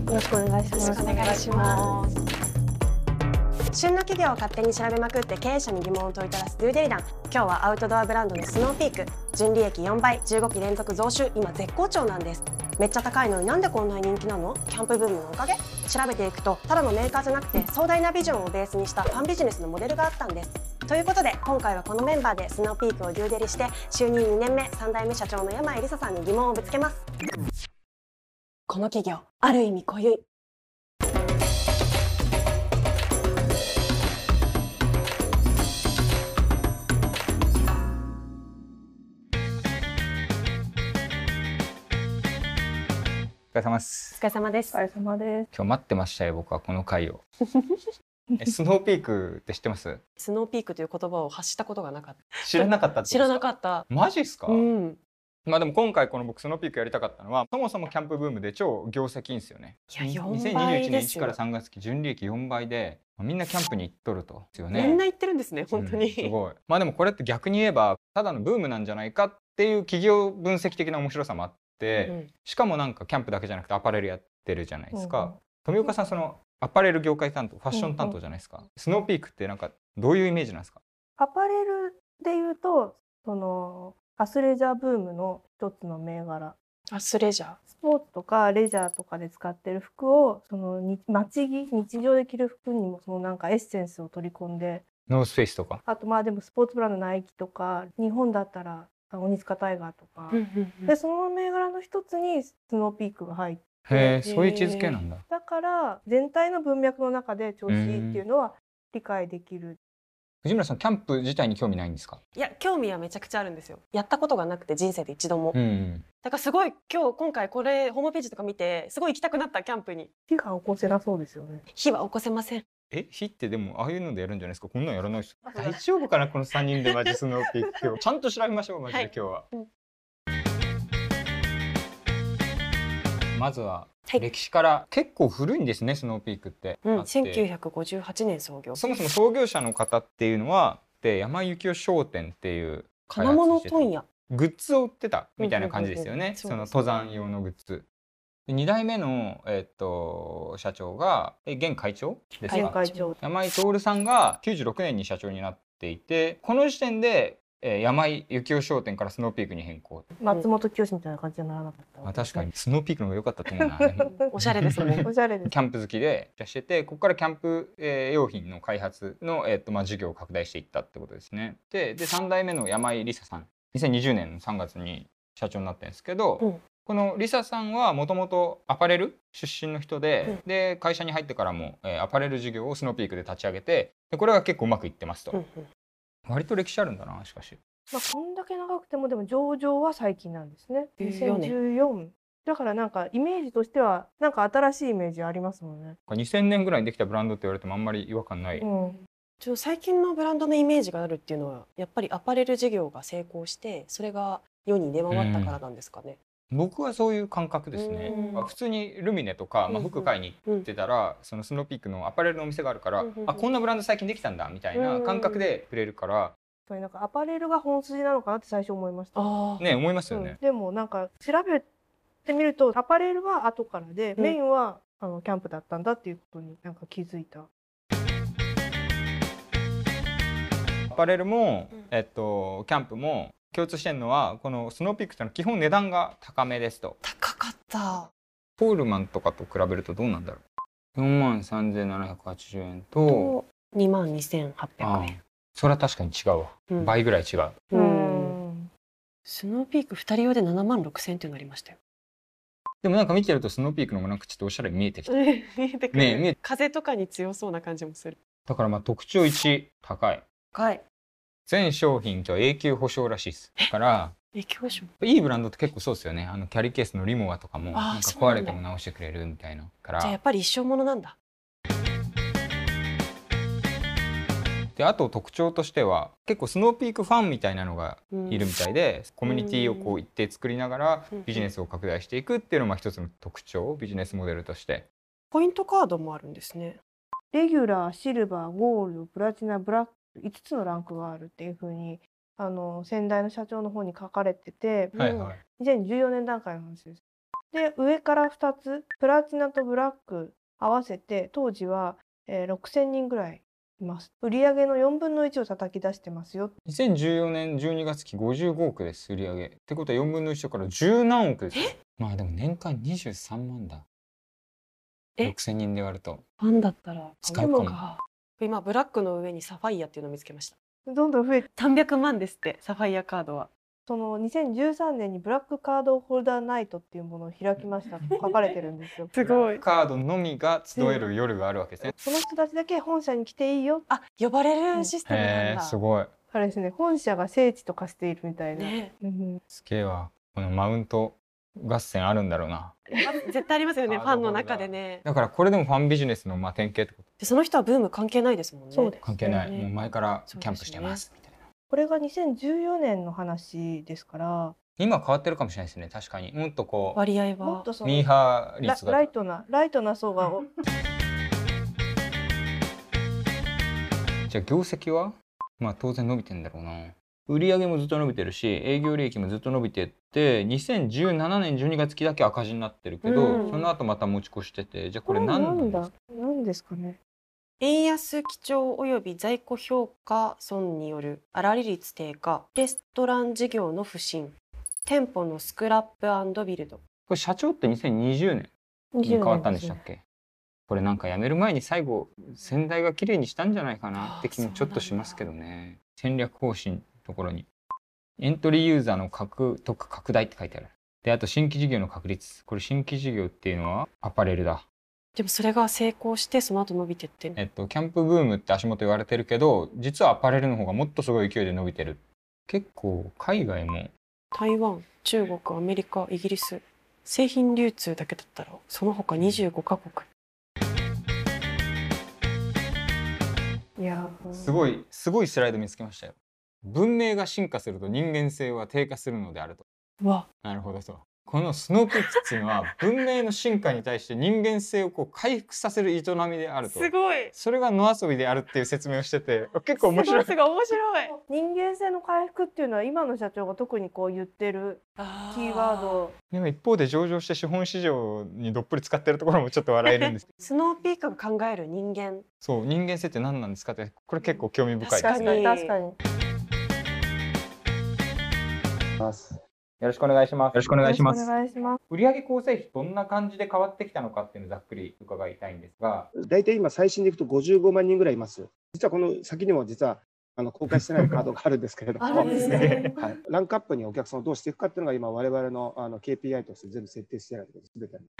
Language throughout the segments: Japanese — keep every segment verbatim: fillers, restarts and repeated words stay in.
よろしくお願いします。 よろしくお願いします。旬の企業を勝手に調べまくって経営者に疑問を問いただすドゥーデリダン。今日はアウトドアブランドのスノーピーク、純利益よんばい、じゅうごき連続増収、今絶好調なんです。めっちゃ高いのになんでこんなに人気なの？キャンプブームのおかげ？調べていくと、ただのメーカーじゃなくて壮大なビジョンをベースにしたファンビジネスのモデルがあったんです。ということで今回はこのメンバーでスノーピークをドゥーデリして、就任にねんめさん代目社長の山井梨沙さんに疑問をぶつけます。この企業、ある意味濃ゆい。 お疲れ様です。 お疲れ様です。 お疲れ様です。 今日待ってましたよ、僕はこの回を。え、スノーピークって知ってます？ スノーピークという言葉を発したことがなかった。 知らなかったってことですか？ 知らなかった。 マジっすか？ うん。 まあでも今回この僕スノーピークやりたかったのは、そもそもキャンプブームで超業績いいんですよね。 いや、よんばいにせんにじゅういちねんいちですよ。 からさんがつ期純利益よんばいで、みんなキャンプに行っとるとですよね。 みんな言ってるんですね、本当に。 うん、すごい。まあでもこれって逆に言えばただのブームなんじゃないかっていう企業分析的な面白さもあって、うん、しかもなんかキャンプだけじゃなくてアパレルやってるじゃないですか。うん、富岡さんそのアパレル業界担当、ファッション担当じゃないですか。うんうん、スノーピークってなんかどういうイメージなんですか？ アパレルでいうと、そのアスレジャーブームの一つの銘柄。 アスレジャー。 スポーツとかレジャーとかで使ってる服を、その街着、日常で着る服にもそのなんかエッセンスを取り込んで。 ノースフェイスとか。 あとまあでもスポーツブランドナイキとか、日本だったら鬼塚タイガーとか。でその銘柄の一つにスノーピークが入って。 へえ、そういう位置づけなんだ。 だから全体の文脈の中で調子いいっていうのは理解できる。 藤村さん、キャンプ自体に興味ないんですか？ いや、興味はめちゃくちゃあるんですよ。やったことがなくて、人生で一度も。 うんうん、 だからすごい今日今回これホームページとか見てすごい行きたくなった、キャンプに。 火が起こせなそうですよね。 火は起こせません。 え、火ってでもああいうのでやるんじゃないですか？こんなんやらないです。大丈夫かなこのさんにんでマジスノーピーク。今日ちゃんと調べましょうマジで、はい、今日は。うん、まずは歴史から結構古いんですね、スノーピークって。 うん、せんきゅうひゃくごじゅうはちねん創業。 そもそも創業者の方っていうのはで山井幸雄商店っていう金物問屋グッズを売ってたみたいな感じですよね。その登山用のグッズ。に代目の、えっと、社長がえ現会長ですか？ 会長山井徹さんがきゅうじゅうろくねんに社長になっていて、この時点でえー、山井幸雄商店からスノーピークに変更。 松本清みたいな感じにならなかった、 ね、あ、確かにスノーピークの方が良かったと思うな。 おしゃれですね。 おしゃれです。 キャンプ好きでしてて、ここからキャンプ、えー、用品の開発の、えーとまあ、事業を拡大していったってことですね。で、でさん代目の山井梨沙さん、にせんにじゅうねんのさんがつに社長になってるんですけど、うん、この梨沙さんはもともとアパレル出身の人で、うん、で会社に入ってからも、えー、アパレル事業をスノーピークで立ち上げて、でこれが結構うまくいってますと。うんうん、割と歴史あるんだな、しかし。 まあ、こんだけ長くてもでも上場は最近なんですね。にせんじゅうよんだからなんかイメージとしてはなんか新しいイメージありますもんね。 にせんねんぐらいにできたブランドって言われてもあんまり違和感ない。うん、 ちょ最近のブランドのイメージがあるっていうのはやっぱりアパレル事業が成功してそれが世に出回ったからなんですかね。 うん、僕はそういう感覚ですね。まあ、普通にルミネとか、まあ、服買いに行ってたら、うん、そのスノーピークのアパレルのお店があるから、うん、あこんなブランド最近できたんだみたいな感覚で触れるから。 なんかアパレルが本筋なのかなって最初思いました。 ね、思いますよね。 うん、でもなんか調べてみるとアパレルは後からで、うん、メインはあのキャンプだったんだっていうことになんか気づいた。 アパレルも、えっと、キャンプも共通してるのはこのスノーピークってのは基本値段が高めですと。 高かった。 ポールマンとかと比べるとどうなんだろう。よんまんさんぜんななひゃくはちじゅうえんとにまんにせんはっぴゃくえん。 それは確かに違うわ、うん、倍ぐらい違う。うん、 スノーピークふたり用でななまんろくせんっていうのありましたよ。 でもなんか見てるとスノーピークのもなんかちょっとおしゃれ見えてきた。 見えてくる、ね、風とかに強そうな感じもする。 だからまあ特徴いち高い。 高い。 全商品今日永久保証らしいです。だから永久保証いいブランドって結構そうですよね。あのキャリーケースのリモアとかもなんか壊れても直してくれるみたいなから。 じゃあやっぱり一生ものなんだ。 であと特徴としては結構スノーピークファンみたいなのがいるみたいで、うん、コミュニティをこう一定作りながらビジネスを拡大していくっていうのが一つの特徴、ビジネスモデルとして。 ポイントカードもあるんですね。 レギュラー、シルバー、ゴールド、プラチナ、ブラックいつつのランクがあるっていうふうにあの先代の社長の方に書かれてて、はいはい、にせんじゅうよねん段階の話です。 で上からふたつプラチナとブラック合わせて当時は、えー、ろくせんにんぐらいいます。売上のよんぶんのいちを叩き出してますよ。 にせんじゅうよねんじゅうにがつ期ごじゅうごおくです、売上。ってことはよんぶんのいちだからじゅうなんおくですよ。まあでも年間にじゅうさんまんだ。 えろくせんにんで割ると。 ファンだったら使うかも。 今ブラックの上にサファイアっていうのを見つけました。 どんどん増えてさんびゃくまんですって、サファイアカードは。 そのにせんじゅうさんねんにブラックカードホルダーナイトっていうものを開きましたと書かれてるんですよ。 すごい。 カードのみが集える夜があるわけですね。 その人たちだけ本社に来ていいよ。 あ、呼ばれるシステムなんへえ、 だ。 すごい。 あれですね、本社が聖地と化しているみたいな。 ね、 うん、 すげえわ。このマウント合戦あるんだろうな。 絶対ありますよね、ファンの中でね。 だからこれでもファンビジネスのまあ典型ってこと。 でその人はブーム関係ないですもんね。 そうですね、 関係ない。 ね、 もう前からキャンプしてますみたいな。 これがにせんじゅうよねんの話ですから。 今変わってるかもしれないですね。確かにもっとこう割合はもっとそのミーハー率がライトなライトな層がじゃあ業績はまあ当然伸びてんだろうな。売上もずっと伸びてるし営業利益もずっと伸びてってにせんじゅうななねんじゅうにがつ期だけ赤字になってるけど、うん、その後また持ち越してて、じゃあこれ何なんですか。 何ですかね。 円安基調および在庫評価損による粗利率低下、レストラン事業の不振、店舗のスクラップ&ビルド。これ社長ってにせんにじゅうねんに変わったんでしたっけ。これなんか辞める前に最後先代が綺麗にしたんじゃないかなって気もちょっとしますけどね。戦略方針のところにエントリーユーザーの獲得拡大って書いてある。であと新規事業の確立。これ新規事業っていうのはアパレルだ。 でもそれが成功してその後伸びてって、 えっとキャンプブームって足元言われてるけど実はアパレルの方がもっとすごい勢いで伸びてる。結構海外も台湾、中国、アメリカ、イギリス、製品流通だけだったらその他にじゅうごかこく。 いやすごいすごいスライド見つけましたよ。文明が進化すると人間性は低下するのであると。 わ、 なるほどと。このスノーピークっていうのは文明の進化に対して人間性をこう回復させる営みであると。 すごい。 それが野遊びであるっていう説明をしてて結構面白い。 すごい面白い。 人間性の回復っていうのは今の社長が特にこう言ってるキーワード。 でも一方で上場して資本市場にどっぷり使ってるところもちょっと笑えるんですスノーピークが考える人間。 そう、人間性って何なんですかって、これ結構興味深いです。 確かに確かに。 よろしくお願いします。よろしくお願いします。 お願いします。 売上構成比どんな感じで変わってきたのかっていうのをざっくり伺いたいんですが、 大体今最新でいくとごじゅうごまんにんぐらいいます。実はこの先にも実はあの公開してないカードがあるんですけれども、 あるんですね。 はい、ランクアップにお客さんをどうしていくかっていうのが今我々のあの ケーピーアイ として全部設定してあるので全てある。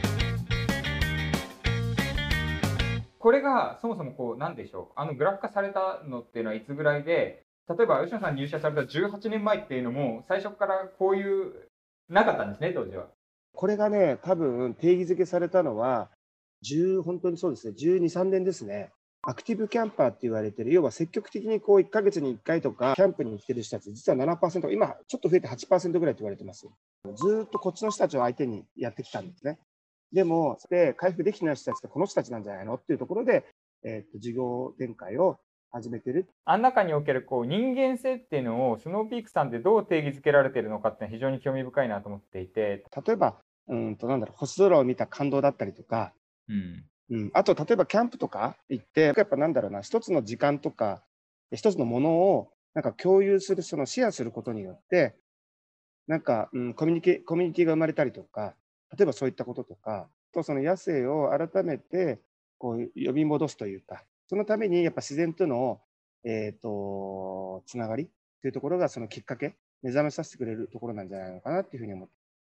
これがそもそもこうなんでしょう。あのグラフ化されたのっていうのはいつぐらいで、例えば吉野さん入社されたじゅうはちねんまえっていうのも最初からこういうなかったんですね当時は。 これがね多分定義づけされたのはじゅう本当にそうですねじゅうに、さんねんですね。アクティブキャンパーって言われてる、要は積極的にこういっかげつにいっかいとかキャンプに来てる人たち実は ななパーセント、今ちょっと増えて はちパーセント ぐらいと言われてます。ずっとこっちの人たちを相手にやってきたんですね。でもで回復できてない人たちってこの人たちなんじゃないのっていうところで、えー、と事業展開を始めてる。 あん中におけるこう人間性っていうのをスノーピークさんでどう定義づけられているのかって非常に興味深いなと思っていて、 例えばうんとなんだろう星空を見た感動だったりとか、 うんうん、あと例えばキャンプとか行ってやっぱなんだろうな一つの時間とか一つのものをなんか共有するそのシェアすることによってなんか、うん、コミュニケコミュニティが生まれたりとか、例えばそういったこととかとその野生を改めてこう呼び戻すというか、そのためにやっぱ自然との、えー、とつながりというところがそのきっかけ目覚めさせてくれるところなんじゃないのかなっていうふうに思って。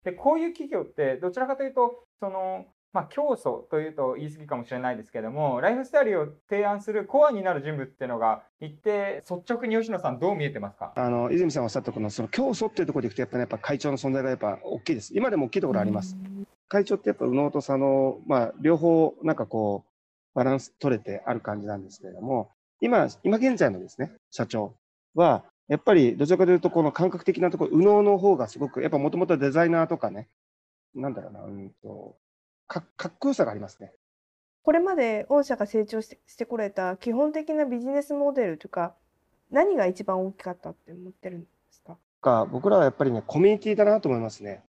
でこういう企業ってどちらかというとそのまあ、教祖というと言い過ぎかもしれないですけども、ライフスタイルを提案するコアになる人物っていうのが一定率直に吉野さんどう見えてますか。 あの泉さんおっしゃったこのその教祖っていうところでいくとやっぱ、ね、やっぱ会長の存在がやっぱ大きいです。今でも大きいところあります。会長ってやっぱ右脳と左脳、まあ、両方なんかこうバランス取れてある感じなんですけれども、今今現在のですね社長はやっぱりどちらかというとこの感覚的なところ右脳の方がすごくやっぱもともとデザイナーとかね、なんだろうな、うんとか, かっこよさがありますね。 これまで御社が成長してしてこれた基本的なビジネスモデルというか何が一番大きかったって思ってるんですか。 か僕らはやっぱりねコミュニティだなと思いますね。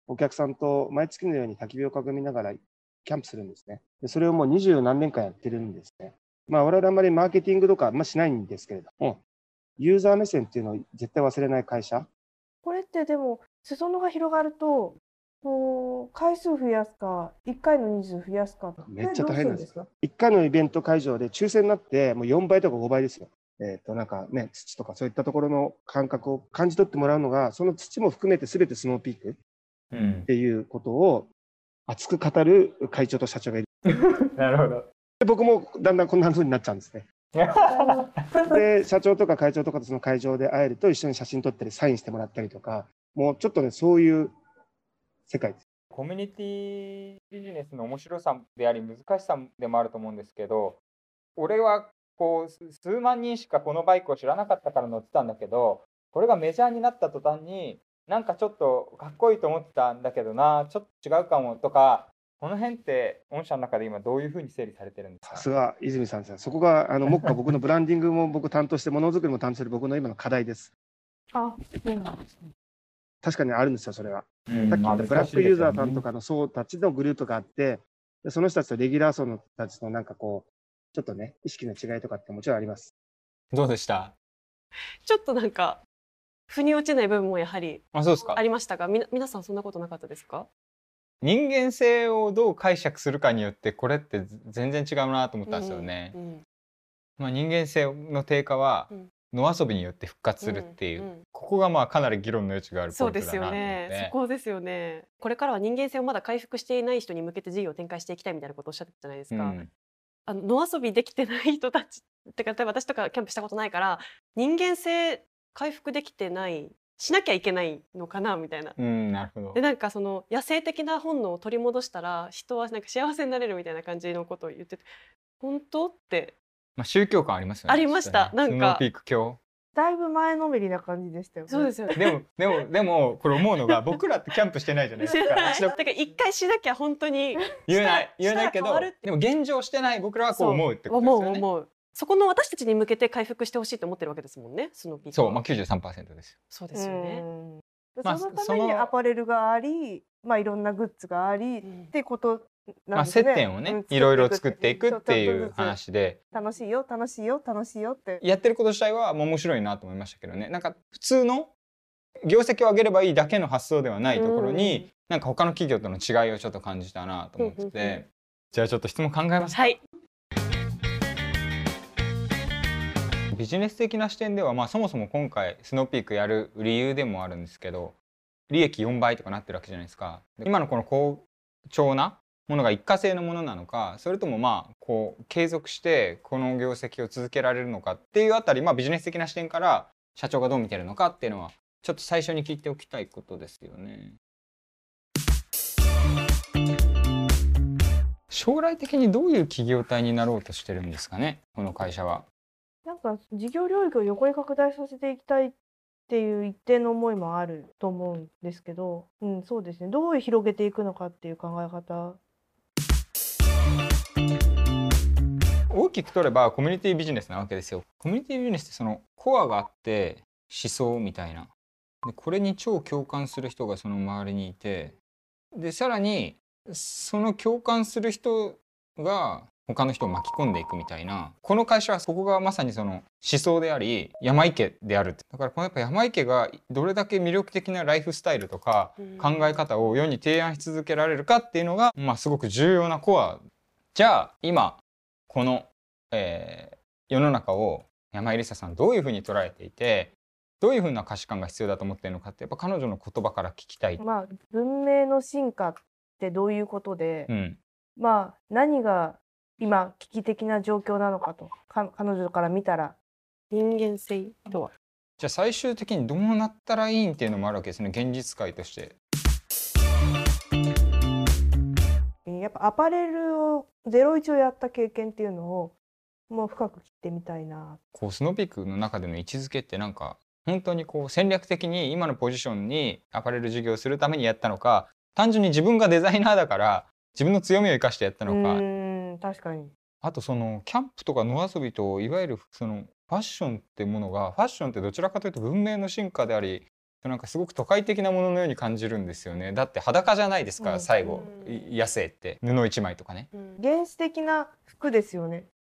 お客さんと毎月のように焚き火を囲みながらキャンプするんですね。でそれをもう二十何年間やってるんですね。まあ我々あんまりマーケティングとかあんましないんですけれども、ユーザー目線っていうのを絶対忘れない会社。 これってでも裾野が広がると、こう回数増やすかいっかいの人数増やすか、 めっちゃ大変なんですか。 いっかいのイベント会場で抽選になってもうよんばいとかごばいですよ。えっ、となんかね、土とかそういったところの感覚を感じ取ってもらうのが、その土も含めて全てスノーピークうんっていうことを熱く語る会長と社長がいる。 なるほど。 で僕もだんだんこんな風になっちゃうんですね。で社長とか会長とかとその会場で会えると一緒に写真撮ったりサインしてもらったりとか、もうちょっとねそういう世界です。 コミュニティビジネスの面白さであり難しさでもあると思うんですけど、俺はこうす数万人しかこのバイクを知らなかったから乗ってたんだけど、これがメジャーになった途端になんかちょっとかっこいいと思ってたんだけどな、ちょっと違うかもとか、この辺って御社の中で今どういうふうに整理されてるんですか？ さすが泉さんですね。そこがあの目下僕のブランディングも僕担当してものづくりも担当してる僕の今の課題です。 あ、そうなんですね。 確かにあるんですよそれは。 うんさっき言ったブラックユーザーさんとかかの層たちのグループがあって、でその人たちとレギュラー層の人たちのなんかこうちょっとね意識の違いとかってもちろんあります。 どうでした？ ちょっとなんか腑に落ちない部分もやはりあ、そうですか。 ありましたが、みな皆さんそんなことなかったですか？ 人間性をどう解釈するかによってこれって全然違うなと思ったんですよね。 うんうんまあ、人間性の低下はうん野遊びによって復活するっていう、 うんうんここがまあかなり議論の余地があるポそうですイントだなと思っよね。 て。 そこですよね。これからは人間性をまだ回復していない人に向けて事業を展開していきたいみたいなことをおっしゃってたじゃないですか。 うんあの野遊びできてない人たちってか、例えば私とかキャンプしたことないから人間性回復できてないしなきゃいけないのかなみたいな。 うん、なるほどで。なんかその野生的な本能を取り戻したら人はなんか幸せになれるみたいな感じのことを言ってて、本当ってまあ、宗教感ありますよね。 ありましたきっとねなんかスノーピーク教。 だいぶ前のめりな感じでしたよね。 そうですよね。 でもでもでもこれ思うのが僕らってキャンプしてないじゃないですか。一度だから一回しなきゃ本当に言えない言えないけどしたら変わるってでも現状してない僕らはこう思うってことです思うよね。 思う。そこの私たちに向けて回復してほしいと思ってるわけですもんね、スノーピークは。 そう、まあ、きゅうじゅうさんパーセントですよ。 そうですよね。 うんまあそのためにそのアパレルがあり、まあいろんなグッズがあり、 うんってことまあ、 なんですね。 接点をね、 うんいろいろ作っていくっていうちょっとずつ話で楽しいよ楽しいよ楽しいよって。 やってること自体はもう面白いなと思いましたけどね。なんか普通の業績を上げればいいだけの発想ではないところに、 うんなんか他の企業との違いをちょっと感じたなと思ってて、 うんうんうんじゃあちょっと質問考えますか。 はい。 ビジネス的な視点では、まあ、そもそも今回スノーピークやる理由でもあるんですけど、利益よんばいとかなってるわけじゃないですか。で今のこの好調なものが一過性のものなのか、それともまあこう継続してこの業績を続けられるのかっていうあたり、まあ、ビジネス的な視点から社長がどう見てるのかっていうのはちょっと最初に聞いておきたいことですよね。将来的にどういう企業体になろうとしてるんですかね、この会社は。 なんか事業領域を横に拡大させていきたいっていう一定の思いもあると思うんですけど、うん、そうですね。どう広げていくのかっていう考え方。 大きく取ればコミュニティビジネスなわけですよ。コミュニティビジネスってそのコアがあって思想みたいな。でこれに超共感する人がその周りにいて、でさらにその共感する人が他の人を巻き込んでいくみたいな、この会社はそこがまさにその思想であり山池である。だからこのやっぱ山池がどれだけ魅力的なライフスタイルとか考え方を世に提案し続けられるかっていうのが、まあ、すごく重要なコア。じゃあ今この、えー世の中を山井梨沙さんどういうふうに捉えていて、どういうふうな価値観が必要だと思っているのかって、やっぱ彼女の言葉から聞きたい。 まあ文明の進化ってどういうことで、 うん、 まあ何が今危機的な状況なのかと、か彼女から見たら。 人間性とは。 じゃあ最終的にどうなったらいいんっていうのもあるわけですね、現実界として。 やっぱアパレルをゼロイチをやった経験っていうのをもう深く聞いてみたいな。 こうスノーピークの中での位置づけってなんか本当にこう戦略的に今のポジションにアパレル事業をするためにやったのか、単純に自分がデザイナーだから自分の強みを生かしてやったのか。 うーん、確かに。 あとそのキャンプとか野遊びといわゆるそのファッションってものが、ファッションってどちらかというと文明の進化でありとなんかすごく都会的なもののように感じるんですよね。だって裸じゃないですか、 うん最後、 うんい野生って布一枚とかね。 うん原始的な服ですよね。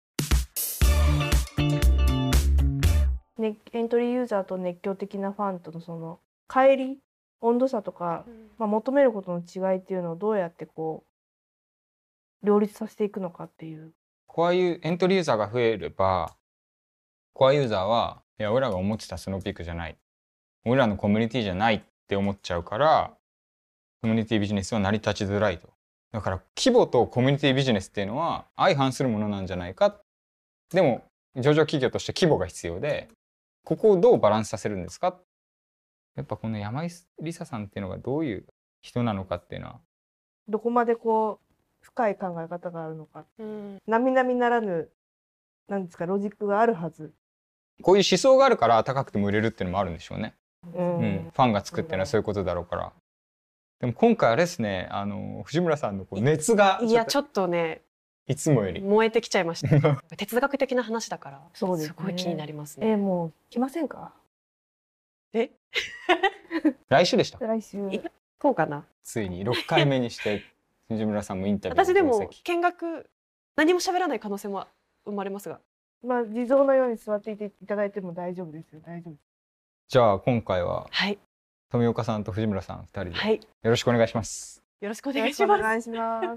ね、エントリーユーザーと熱狂的なファンとのその乖離、温度差とか、まあ、求めることの違いっていうのをどうやってこう両立させていくのかっていう。 コアユーエントリーユーザーが増えれば、コアユーザーはいや俺らが思ってたスノーピークじゃない、俺らのコミュニティじゃないって思っちゃうから、コミュニティビジネスは成り立ちづらいと。だから規模とコミュニティビジネスっていうのは相反するものなんじゃないか。でも上場企業として規模が必要で、ここをどうバランスさせるんですか。やっぱこの山井梨沙さんっていうのがどういう人なのかっていうのは、 どこまでこう深い考え方があるのか、 うん並々ならぬなんですかロジックがあるはず。 こういう思想があるから高くても売れるっていうのもあるんでしょうね。 うんうん、ファンがつくっていうのはそういうことだろうから。でも今回あれですね、あの藤村さんのこう熱がいやちょっとねいつもより燃えてきちゃいました哲学的な話だからそうですねすごい気になりますね。 えーもう来ませんか？ え来週でした来週。 いこうかな。 ついにろっかいめにして藤村さんもインタビュー私でも同席見学何も喋らない可能性も生まれますが、 まあ地蔵のように座っていていただいても大丈夫ですよ。大丈夫です。 じゃあ今回ははい富岡さんと藤村さんふたりではいよろしくお願いします。 よろしくおよろしく願いします。 お願いします。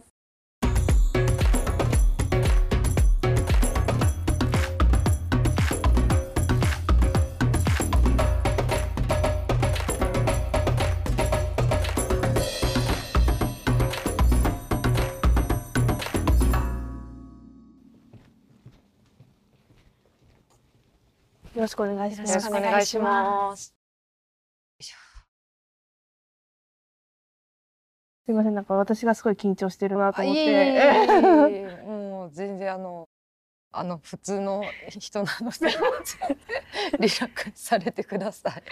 よろしくお願いします。 よろしくお願いします。 すいません、なんか私がすごい緊張してるなと思っあいえいえいえいて。 えもう全然あのあの普通の人なのでリラックスされてください。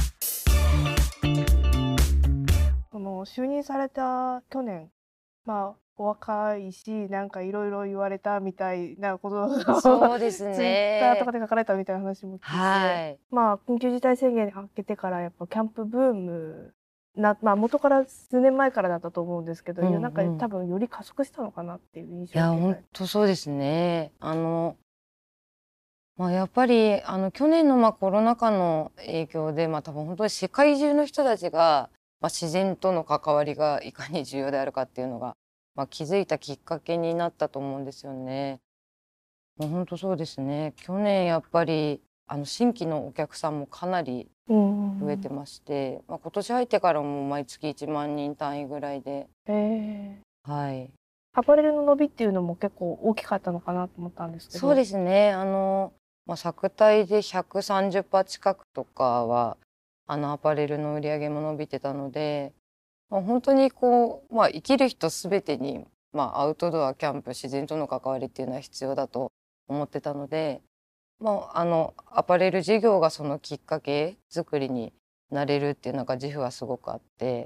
その就任された去年、まあお若いし、なんかいろいろ言われたみたいなことをそうですツイッターとかね。 で書かれたみたいな話も聞いて、 はい。 まあ緊急事態宣言明けてからやっぱキャンプブームな、まあ元から数年前からだったと思うんですけど、 うんうんいやなんか多分より加速したのかなっていう印いや象を受け本当そうですね。あのまあやっぱりあの去年のまあコロナ禍の影響でまあ多分本当に世界中の人たちがまあ自然との関わりがいかに重要であるかっていうのがまあ気づいたきっかけになったと思うんですよね。もう本当そうですね。去年やっぱりあの新規のお客さんもかなりうん増えてまして、まあ、今年入ってからも毎月いちまんにん単位ぐらいで、 えーはい、 アパレルの伸びっていうのも結構大きかったのかなと思ったんですけど。 そうですね。あの、まあ、作体でひゃくさんじゅっパーセント近くとかはあのアパレルの売り上げも伸びてたので、まあ、本当にこう、まあ、生きる人すべてに、まあ、アウトドアキャンプ自然との関わりっていうのは必要だと思ってたので、まあ、あのアパレル事業がそのきっかけ作りになれるっていうなんか自負はすごくあって、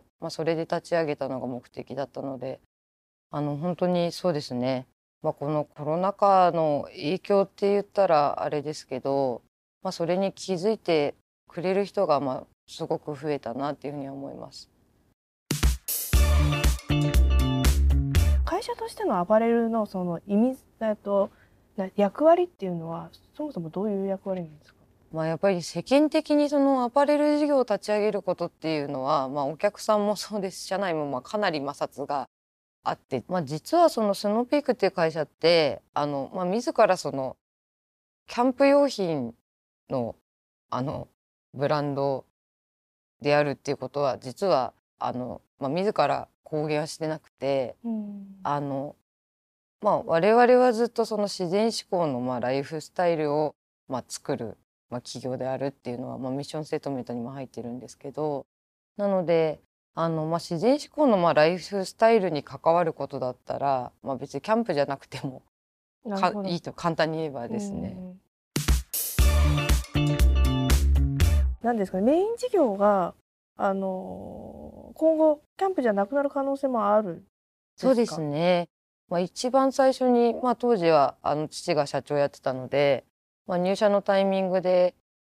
まあ、それで立ち上げたのが目的だったので、あの本当にそうですね、まあ、このコロナ禍の影響って言ったらあれですけど、まあ、それに気づいてくれる人がまあすごく増えたなっていうふうには思います。 会社としてのアパレルのその意味だとな役割っていうのはそもそもどういう役割なんですか？ まあ、やっぱり世間的にそのアパレル事業を立ち上げることっていうのは、まあ、お客さんもそうです社内もまあかなり摩擦があって、まあ、実はそのスノーピークっていう会社ってあの、まあ、自らそのキャンプ用品のあのブランドであるっていうことは実はあの、まあ、自ら公言はしてなくて、 うんあのまあ、我々はずっとその自然志向のまあライフスタイルをまあ作る、まあ、企業であるっていうのはまあミッションステートメントにも入ってるんですけど、なのであの、まあ、自然志向のまあライフスタイルに関わることだったら、まあ、別にキャンプじゃなくてもかなるほどいいと簡単に言えばですね。 うんなんですかね、メイン事業があの今後キャンプじゃなくなる可能性もあるそうですね。まあ、一番最初に、まあ、当時はあの父が社長やってたので、まあ、入社のタイミングで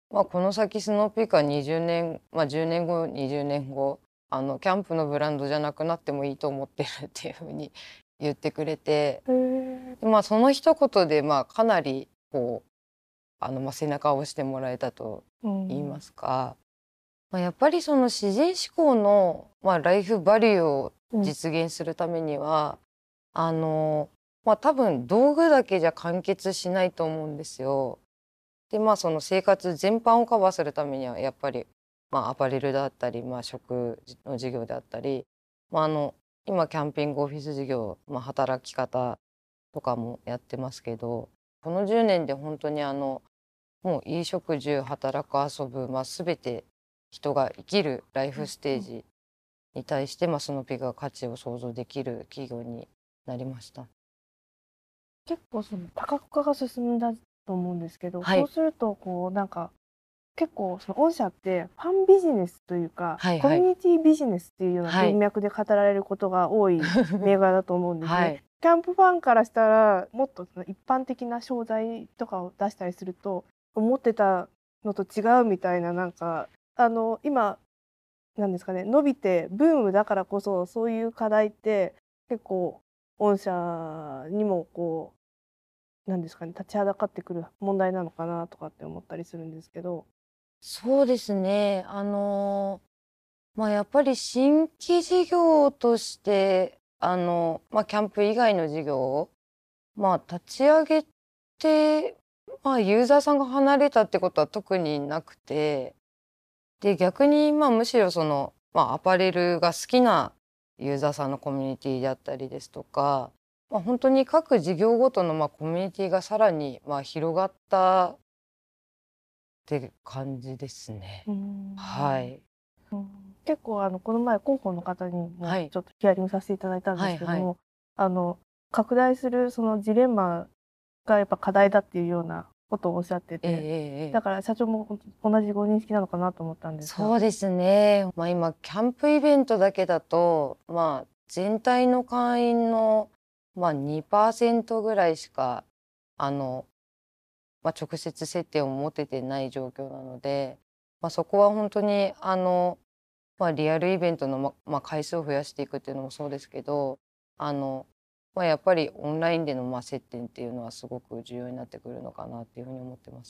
まあ、この先スノーピークはにじゅうねん、まあ、じゅうねんごにじゅうねんごあのキャンプのブランドじゃなくなってもいいと思ってるっていうふうに言ってくれて、まあ、その一言でまあかなりこうあの、まあ、背中を押してもらえたと言いますか、まあ、やっぱりその自然志向の、まあ、ライフバリューを実現するためには、うん、あのまあ、多分道具だけじゃ完結しないと思うんですよ。でまあその生活全般をカバーするためにはやっぱり、まあ、アパレルだったり、まあ、食の事業であったり、まあ、あの今キャンピングオフィス事業、まあ、働き方とかもやってますけど、このじゅうねんで本当にあのもう衣食住働く遊ぶ、まあ、全て人が生きるライフステージに対して、まあ、スノーピークが価値を創造できる企業になりました。 結構その多角化が進んだと思うんですけど、 はい、 そうするとこうなんか結構その御社ってファンビジネスというか、はいはい、コミュニティビジネスっていうような文脈で語られることが多い銘柄だと思うんですね。はい、キャンプファンからしたらもっとその一般的な商材とかを出したりすると思ってたのと違うみたいな、なんかあの今なんですかね、伸びてブームだからこそそういう課題って結構御社にもこうなんですかね、立ちはだかってくる問題なのかなとかって思ったりするんですけど。 そうですね、あのまあ、やっぱり新規事業としてあの、まあ、キャンプ以外の事業を、まあ、立ち上げて、まあ、ユーザーさんが離れたってことは特になくて、で逆に、まあ、むしろその、まあ、アパレルが好きなユーザーさんのコミュニティであったりですとか、まあ、本当に各事業ごとのまあコミュニティがさらにまあ広がったって感じですね。はい。 うん、結構あのこの前広報の方にもちょっとヒアリングさせていただいたんですけども、はいはいはい、あの拡大するそのジレンマがやっぱ課題だっていうようなことをおっしゃってて、えー、だから社長も同じご認識なのかなと思ったんですが。 そうですね、まあ、今キャンプイベントだけだと、まあ、全体の会員の、まあ、にパーセントぐらいしかあの、まあ、直接接点を持ててない状況なので、まあ、そこは本当にあの、まあ、リアルイベントの、ままあ、回数を増やしていくっていうのもそうですけど、あの、まあ、やっぱりオンラインでのまあ接点っていうのはすごく重要になってくるのかなっていうふうに思ってます。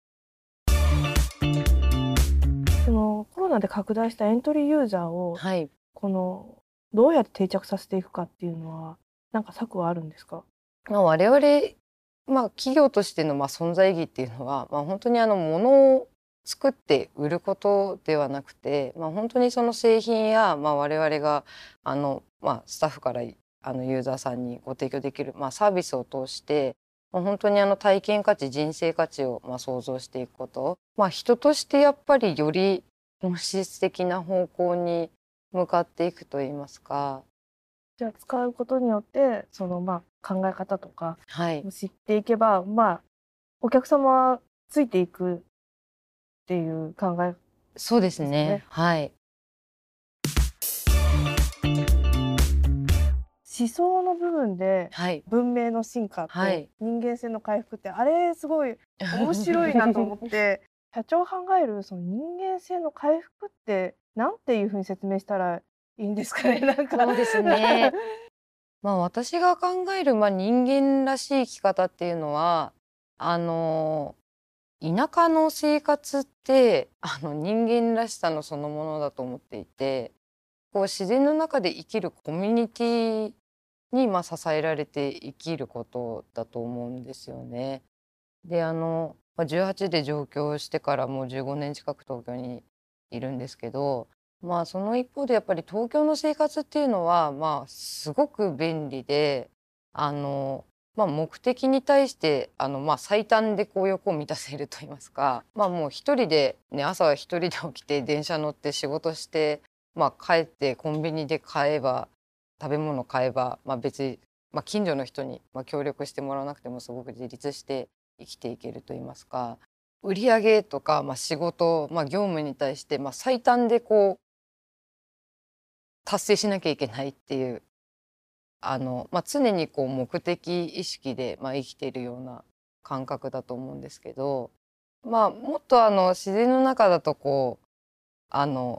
そのコロナで拡大したエントリーユーザーを、はい、このどうやって定着させていくかっていうのは何か策はあるんですか？ まあ、我々、まあ、企業としてのまあ存在意義っていうのは、まあ、本当にあの物を作って売ることではなくて、まあ、本当にその製品や、まあ、我々があの、まあ、スタッフからあのユーザーさんにご提供できる、まあ、サービスを通して、まあ、本当にあの体験価値人生価値をまあ創造していくこと、まあ、人としてやっぱりより本質的な方向に向かっていくといいますか。 じゃあ使うことによってそのまあ考え方とかを知っていけば、はい、まあお客様はついていくっていう考え、ね、 そうですね。はい。 思想の部分で文明の進化と人間性の回復って、はい、あれすごい面白いなと思って社長考えるその人間性の回復ってなんていうふうに説明したらいいんですかね。なんかそうですね。まあ私が考える、まあ、人間らしい生き方っていうのはあの田舎の生活ってあの人間らしさのそのものだと思っていて、こう自然の中で生きるコミュニティにまあ支えられて生きることだと思うんですよね。であのじゅうはちで上京してからもうじゅうごねん近く東京にいるんですけど、まあその一方でやっぱり東京の生活っていうのはまあすごく便利で、あの、まあ、目的に対してあの、まあ、最短でこう欲を満たせると言いますか、まあ、もう一人で、ね、朝は一人で起きて電車乗って仕事して、まあ、帰ってコンビニで買えば食べ物買えば、まあ、別に、まあ、近所の人に、まあ、協力してもらわなくてもすごく自立して生きていけると言いますか、売上とか、まあ、仕事、まあ、業務に対して、まあ、最短でこう達成しなきゃいけないっていうあの、まあ、常にこう目的意識で、まあ、生きているような感覚だと思うんですけど、 まあもっとあの自然の中だとこうあの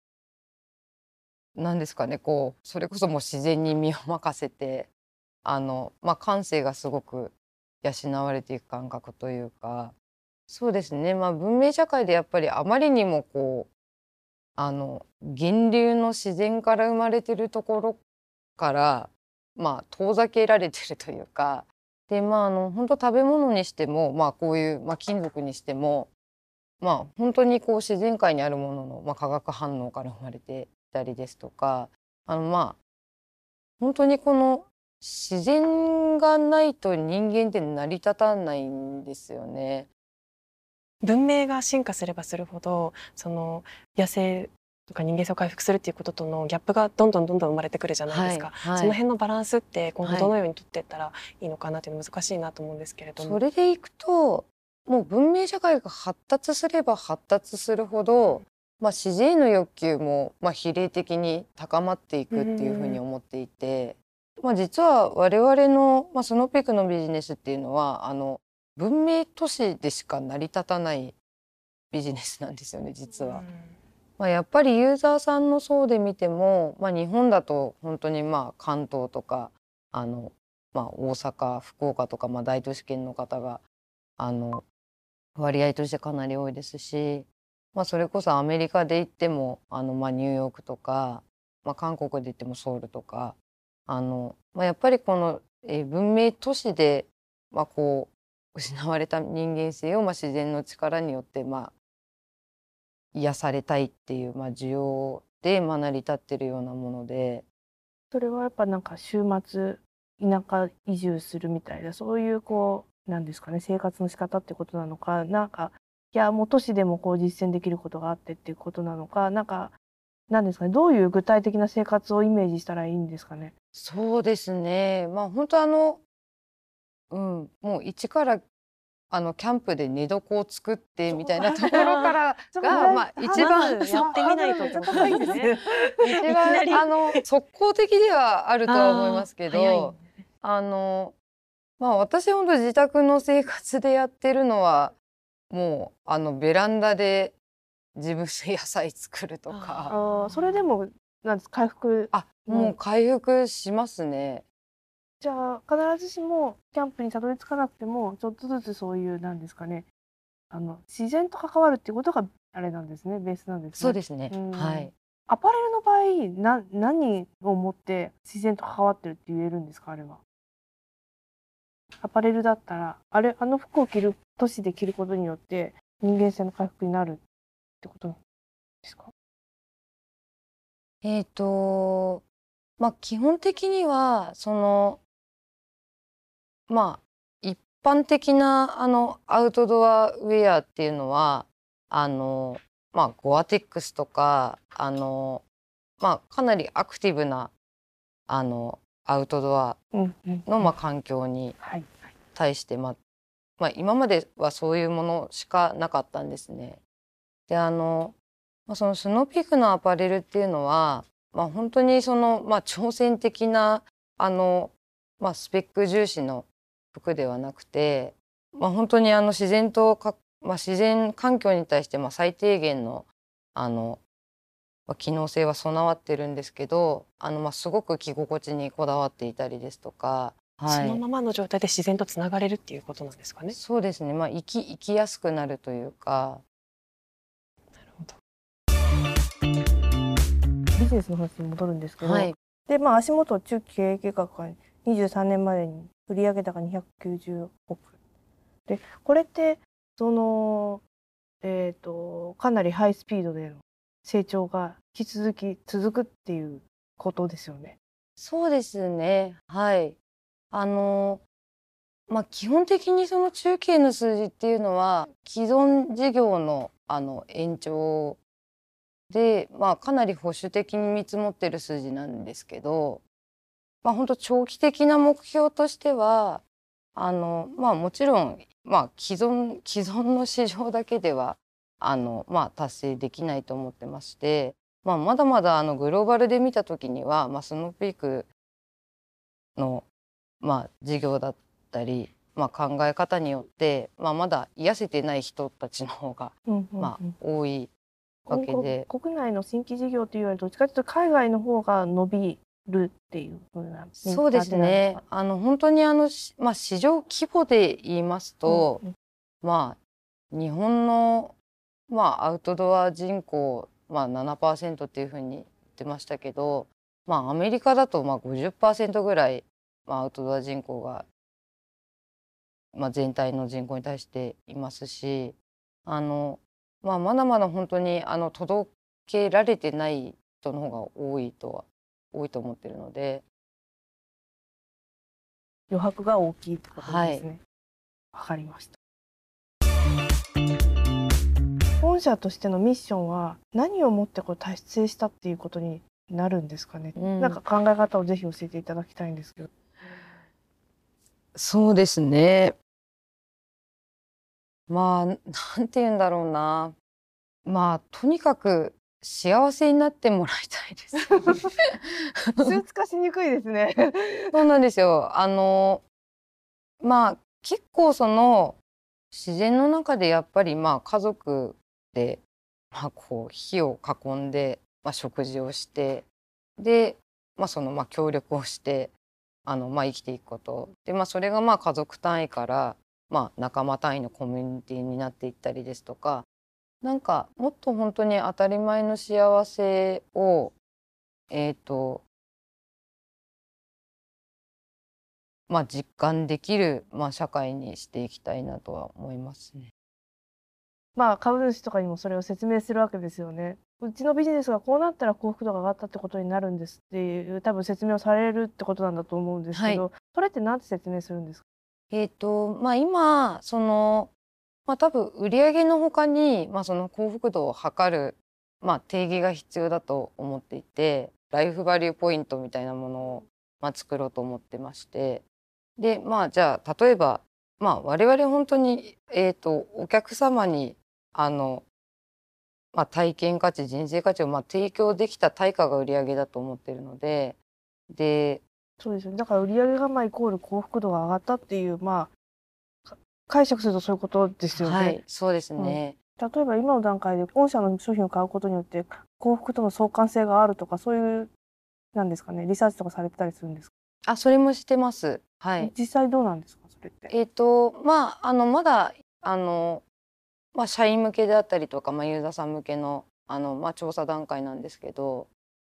何ですかね、こうそれこそもう自然に身を任せてあの、まあ、感性がすごく養われていく感覚というか、そうですね、まあ、文明社会でやっぱりあまりにもこうあの源流の自然から生まれてるところからまあ遠ざけられてるというか、でまああの本当食べ物にしても、まあ、こういう、まあ、金属にしても、まあ本当にこう自然界にあるものの、まあ、化学反応から生まれていたりですとか、あのまあ本当にこの自然がないと人間って成り立たないんですよね。 文明が進化すればするほどその野生とか人間性を回復するっていうこととのギャップがどんどんどんどん生まれてくるじゃないですか、 はいはい、 その辺のバランスって今後どのようにとっていったらいいのかなっていうの難しいなと思うんですけれども、 それでいくともう文明社会が発達すれば発達するほど、まあ、自然への欲求も、まあ、比例的に高まっていくっていうふうに思っていて、まあ、実は我々の、まあ、スノーピークのビジネスっていうのはあの文明都市でしか成り立たないビジネスなんですよね実は。まあ、やっぱりユーザーさんの層で見ても、まあ、日本だと本当にまあ関東とかあの、まあ、大阪福岡とか、まあ、大都市圏の方があの割合としてかなり多いですし、まあ、それこそアメリカで行ってもあの、まあ、ニューヨークとか、まあ、韓国で行ってもソウルとかあの、まあ、やっぱりこの、えー文明都市で、まあ、こう失われた人間性を、まあ、自然の力によって、まあ、癒されたいっていう、まあ、需要で、まあ、成り立ってるようなもので。 それはやっぱなんか週末田舎移住するみたいなそういうこうなんですかね生活の仕方ってことなのか、なんかいやもう都市でもこう実践できることがあってっていうことなのか、なんかなんですかね、どういう具体的な生活をイメージしたらいいんですかね。 そうですね、まあ本当あの、うん、もう一からあのキャンプで寝床を作ってみたいなところからがまあ一番まずやってみないとってことなんですね。 一番あの速攻的ではあるとは思いますけあー早いど、あのまあ私本当自宅の生活でやってるのはもうあのベランダで自分で野菜作るとか、 あーそれでもなんです回復あもう回復しますね。 じゃあ必ずしもキャンプにたどり着かなくてもちょっとずつそういうなんですかね、あの自然と関わるっていうことがあれなんですね、ベースなんですね。 そうですね、 うんはい。 アパレルの場合な何をもって自然と関わってるって言えるんですか、あれは。アパレルだったらあれあの服を着る都市で着ることによって人間性の回復になるってことですか。 えっとまあ基本的にはそのまあ一般的なあのアウトドアウェアっていうのはあのまあゴアテックスとかあのまあかなりアクティブなあのアウトドアうんうんのまあ環境にはい対して、まあ、まあ今まではそういうものしかなかったんですね。であの、まあ、そのスノーピークのアパレルっていうのは、まあ、本当にその、まあ、挑戦的なあの、まあ、スペック重視の服ではなくて、まあ、本当にあの自然とか、まあ、自然環境に対してまあ最低限のあの、まあ、機能性は備わってるんですけど、あの、まあ、すごく着心地にこだわっていたりですとか、はい、 そのままの状態で自然とつながれるっていうことなんですかね。 そうですね、まあ、生き、生きやすくなるというか。 なるほど。 ビジネスの話に戻るんですけど、 はい、 でまあ足元中期経営計画がにじゅうさんねんまでに売上高にひゃくきゅうじゅうおくで、これってそのえっ、とかなりハイスピードでの成長が引き続き続くっていうことですよね。 そうですね。はい。あの、まあ、基本的にその中継の数字っていうのは、既存事業のあの延長で、まあ、かなり保守的に見積もってる数字なんですけど、まあ、本当長期的な目標としては、あの、まあ、もちろん、まあ、既存、既存の市場だけでは、あの、まあ、達成できないと思ってまして、まあ、まだまだあのグローバルで見た時には、まあ、スノーピークの、まあ、事業だったりまあ、考え方によって、まあ、まだ癒せてない人たちの方が、 うんうんうん、 まあ、多いわけで、 国内の新規事業というよりどっちかというと海外の方が伸びるっていう風な。 そうですね。あの本当にあの、まあ、市場規模で言いますと、うんうん、まあ日本の、まあ、アウトドア人口、まあ、ななパーセント っていうふうに言ってましたけど、まあ、アメリカだとまあ ごじゅっパーセント ぐらい、まあ、アウトドア人口が、まあ、全体の人口に対していますし、あの、まあ、まだまだ本当にあの届けられてない人の方が多いとは多いと思ってるので、 余白が大きいってことですね。わ、はい、かりました。本社としてのミッションは何をもってこう達成したっていうことになるんですかね。うん、なんか考え方をぜひ教えていただきたいんですけど。 そうですね。まあなんて言うんだろうな。まあとにかく幸せになってもらいたいです。 数値化しにくいですね。 そうなんですよ。あのまあ結構その自然の中でやっぱりまあ家族で、まあ、こう火を囲んで、まあ、食事をしてで、まあ、そのまあ協力をしてあの、まあ、生きていくことで、まあ、それがまあ家族単位から、まあ、仲間単位のコミュニティになっていったりですとか、なんかもっと本当に当たり前の幸せをえっとまあ実感できる、まあ、社会にしていきたいなとは思いますね。 まあ株主とかにもそれを説明するわけですよね。うちのビジネスがこうなったら幸福度が上がったってことになるんですっていう多分説明をされるってことなんだと思うんですけど、はい、それって何て説明するんですか？ えっとまあ今そのまあ多分売上のほかに、まあ、その幸福度を測る、まあ、定義が必要だと思っていて、ライフバリューポイントみたいなものを、まあ、作ろうと思ってまして、でまあじゃあ例えば、まあ、我々本当に、えーと、お客様にあの、まあ、体験価値人生価値をまあ提供できた対価が売上だと思ってるので、でそうですよね。だから売上がまあイコール幸福度が上がったっていうまあ解釈するとそういうことですよね。 はい、そうですね。 うん、例えば今の段階で御社の商品を買うことによって幸福との相関性があるとかそういうなんですかね、リサーチとかされてたりするんですか？ あ、それもしてます。はい。 実際どうなんですか、それって？ えっとまああのまだあのまあ社員向けであったりとか、まあ、ユーザーさん向けのあのまあ調査段階なんですけど。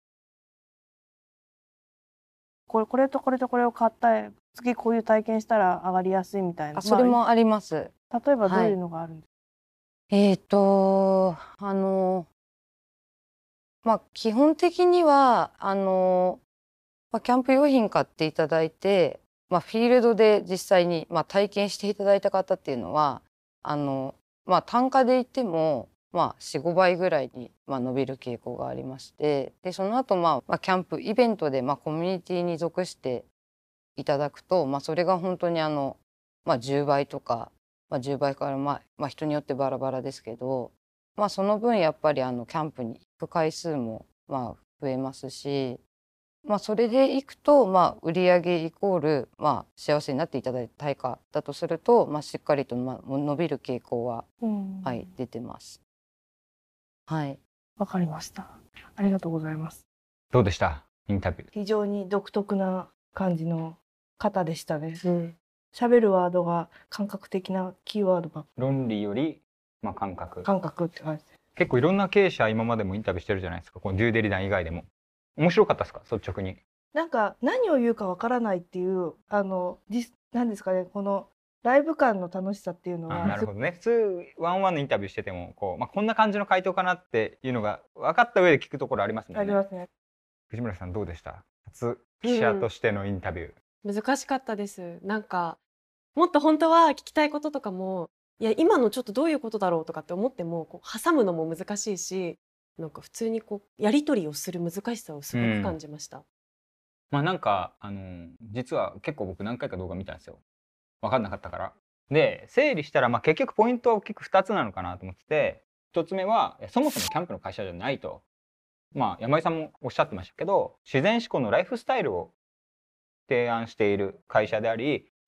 これこれとこれとこれを買った次こういう体験したら上がりやすいみたいな。 あ、それもあります。 例えばどういうのがあるんですか？はい、えっとあのまあ基本的にはあの、まあ、キャンプ用品買っていただいて、まあ、フィールドで実際に、まあ、体験していただいた方っていうのはあの、まあ、単価で言っても、まあ、よん、ごばいぐらいに、まあ、伸びる傾向がありまして、でその後、まあまあキャンプイベントで、まあ、コミュニティに属していただくと、まあ、それが本当にあの、まあ、じゅうばいとか、まあ、じゅうばいから、まあまあ、人によってバラバラですけど、まあ、その分やっぱりあのキャンプに行く回数もまあ増えますし、まあ、それでいくと、まあ、売上イコール、まあ、幸せになっていただいた対価だとすると、まあ、しっかりと、まあ、伸びる傾向は、はい、出てます。はい。 わかりました。ありがとうございます。 どうでしたインタビュー？ 非常に独特な感じの方でしたね。喋、うん、るワードが感覚的なキーワードばっかり。 論理より、まあ、感覚。 感覚って感じ。 結構いろんな経営者今までもインタビューしてるじゃないですか。このデューデリダン以外でも。面白かったですか、率直に？ なんか何を言うかわからないっていうあの何ですかね、このライブ感の楽しさっていうのは。 なるほどね。普通ワンワンのインタビューしててもこう、まあ、こんな感じの回答かなっていうのが分かった上で聞くところありますもんね。 ありますね。 藤村さんどうでした？初記者としてのインタビュー。 うん、難しかったです。なんかもっと本当は聞きたいこととかも、いや今のちょっとどういうことだろうとかって思ってもこう挟むのも難しいし、なんか普通にこうやり取りをする難しさをすごく感じました。うん、 まあなんかあの実は結構僕何回か動画見たんですよ。分かんなかったから。で整理したら、まあ、結局ポイントは大きくふたつなのかなと思ってて、ひとつめはそもそもキャンプの会社じゃないと、まあ、山井さんもおっしゃってましたけど、自然志向のライフスタイルを提案している会社であり、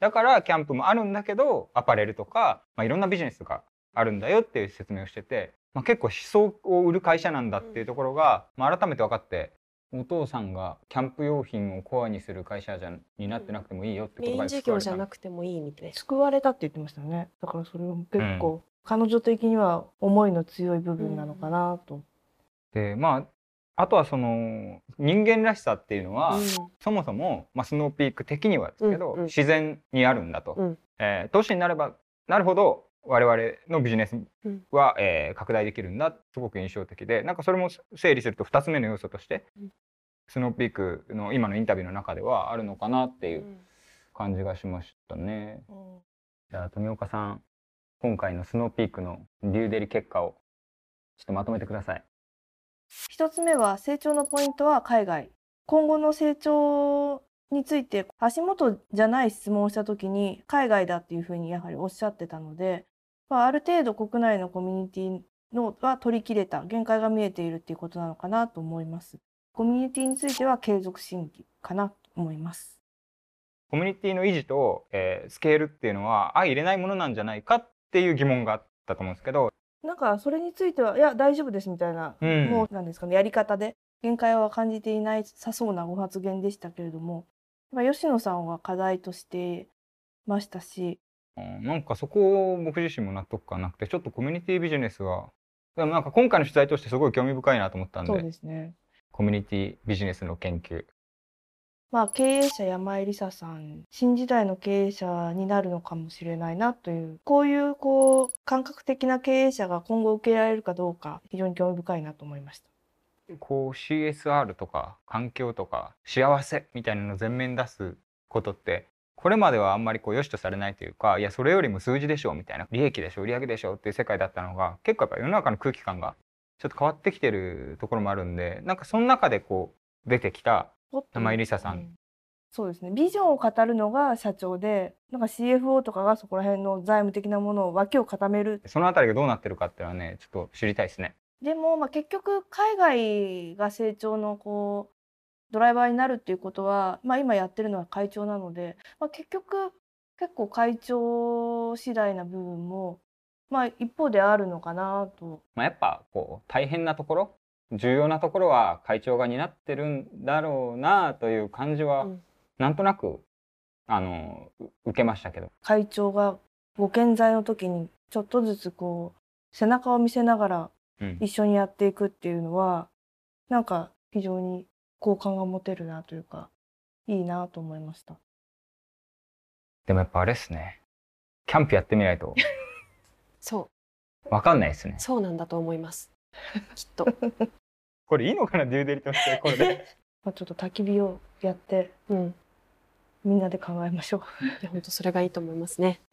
だからキャンプもあるんだけどアパレルとか、まあ、いろんなビジネスがあるんだよっていう説明をしてて、まあ、結構思想を売る会社なんだっていうところが、まあ、改めて分かって、お父さんがキャンプ用品をコアにする会社じゃになってなくてもいいよってメイン言葉で事業じゃなくてもいいみたいな。 救われたって言ってましたね。だからそれは結構、彼女的には思いの強い部分なのかなと。 でまああとはその人間らしさっていうのは、 うんそもそも、まあ、スノーピーク的にはですけど、 うんうん自然にあるんだと、 うんえー都市になればなるほど我々のビジネスうんは、えー拡大できるんだ、すごく印象的で、なんかそれも整理するとふたつめの要素として、 うんスノーピークの今のインタビューの中ではあるのかなっていう感じがしましたね。じゃあ富岡さん、今回のスノーピークのデューデリ結果をちょっとまとめてください。 一つ目は成長のポイントは海外。今後の成長について足元じゃない質問をした時に海外だっていうふうにやはりおっしゃってたので、まあ、ある程度国内のコミュニティのは取り切れた、限界が見えているっていうことなのかなと思います。コミュニティについては継続審議かなと思います。 コミュニティの維持と、えースケールっていうのは相入れないものなんじゃないかっていう疑問があったと思うんですけど、なんかそれについてはいや大丈夫ですみたいな、 うん、 もうなんですかね、やり方で限界は感じていないさそうなご発言でしたけれども、まあ、吉野さんは課題としてましたし、 なんかそこを僕自身も納得感なくて、ちょっとコミュニティビジネスはでもなんか今回の取材としてすごい興味深いなと思ったんで、 そうですね、 コミュニティビジネスの研究。 まあ経営者山井梨沙さん、新時代の経営者になるのかもしれないなという、こういうこう感覚的な経営者が今後受け入れられるかどうか、非常に興味深いなと思いました。 こう シーエスアール とか環境とか幸せみたいなのを前面に出すことってこれまではあんまりこう良しとされないというか、いやそれよりも数字でしょみたいな、利益でしょ売上でしょっていう世界だったのが、結構やっぱ世の中の空気感がちょっと変わってきてるところもあるんで、なんかその中でこう出てきた山井梨沙さん、うん、 そうですね、ビジョンを語るのが社長で、なんか シーエフオー とかがそこら辺の財務的なものを脇を固める、 そのあたりがどうなってるかっていうのはね、ちょっと知りたいですね。 でも、まあ、結局海外が成長のこうドライバーになるっていうことは、まあ、今やってるのは会長なので、まあ、結局結構会長次第な部分も、まあ、一方であるのかなと。 まあ、やっぱこう大変なところ、重要なところは会長が担ってるんだろうなという感じは、うん、なんとなくあの受けましたけど、 会長がご健在の時にちょっとずつこう背中を見せながら一緒にやっていくっていうのは、うん、なんか非常に好感が持てるなというか、いいなと思いました。 でもやっぱあれですね、キャンプやってみないとそう分かんないですね。 そうなんだと思いますきっとこれいいのかな、デューデリとしてこれでまあちょっと焚き火をやって、うん、みんなで考えましょういや本当それがいいと思いますね。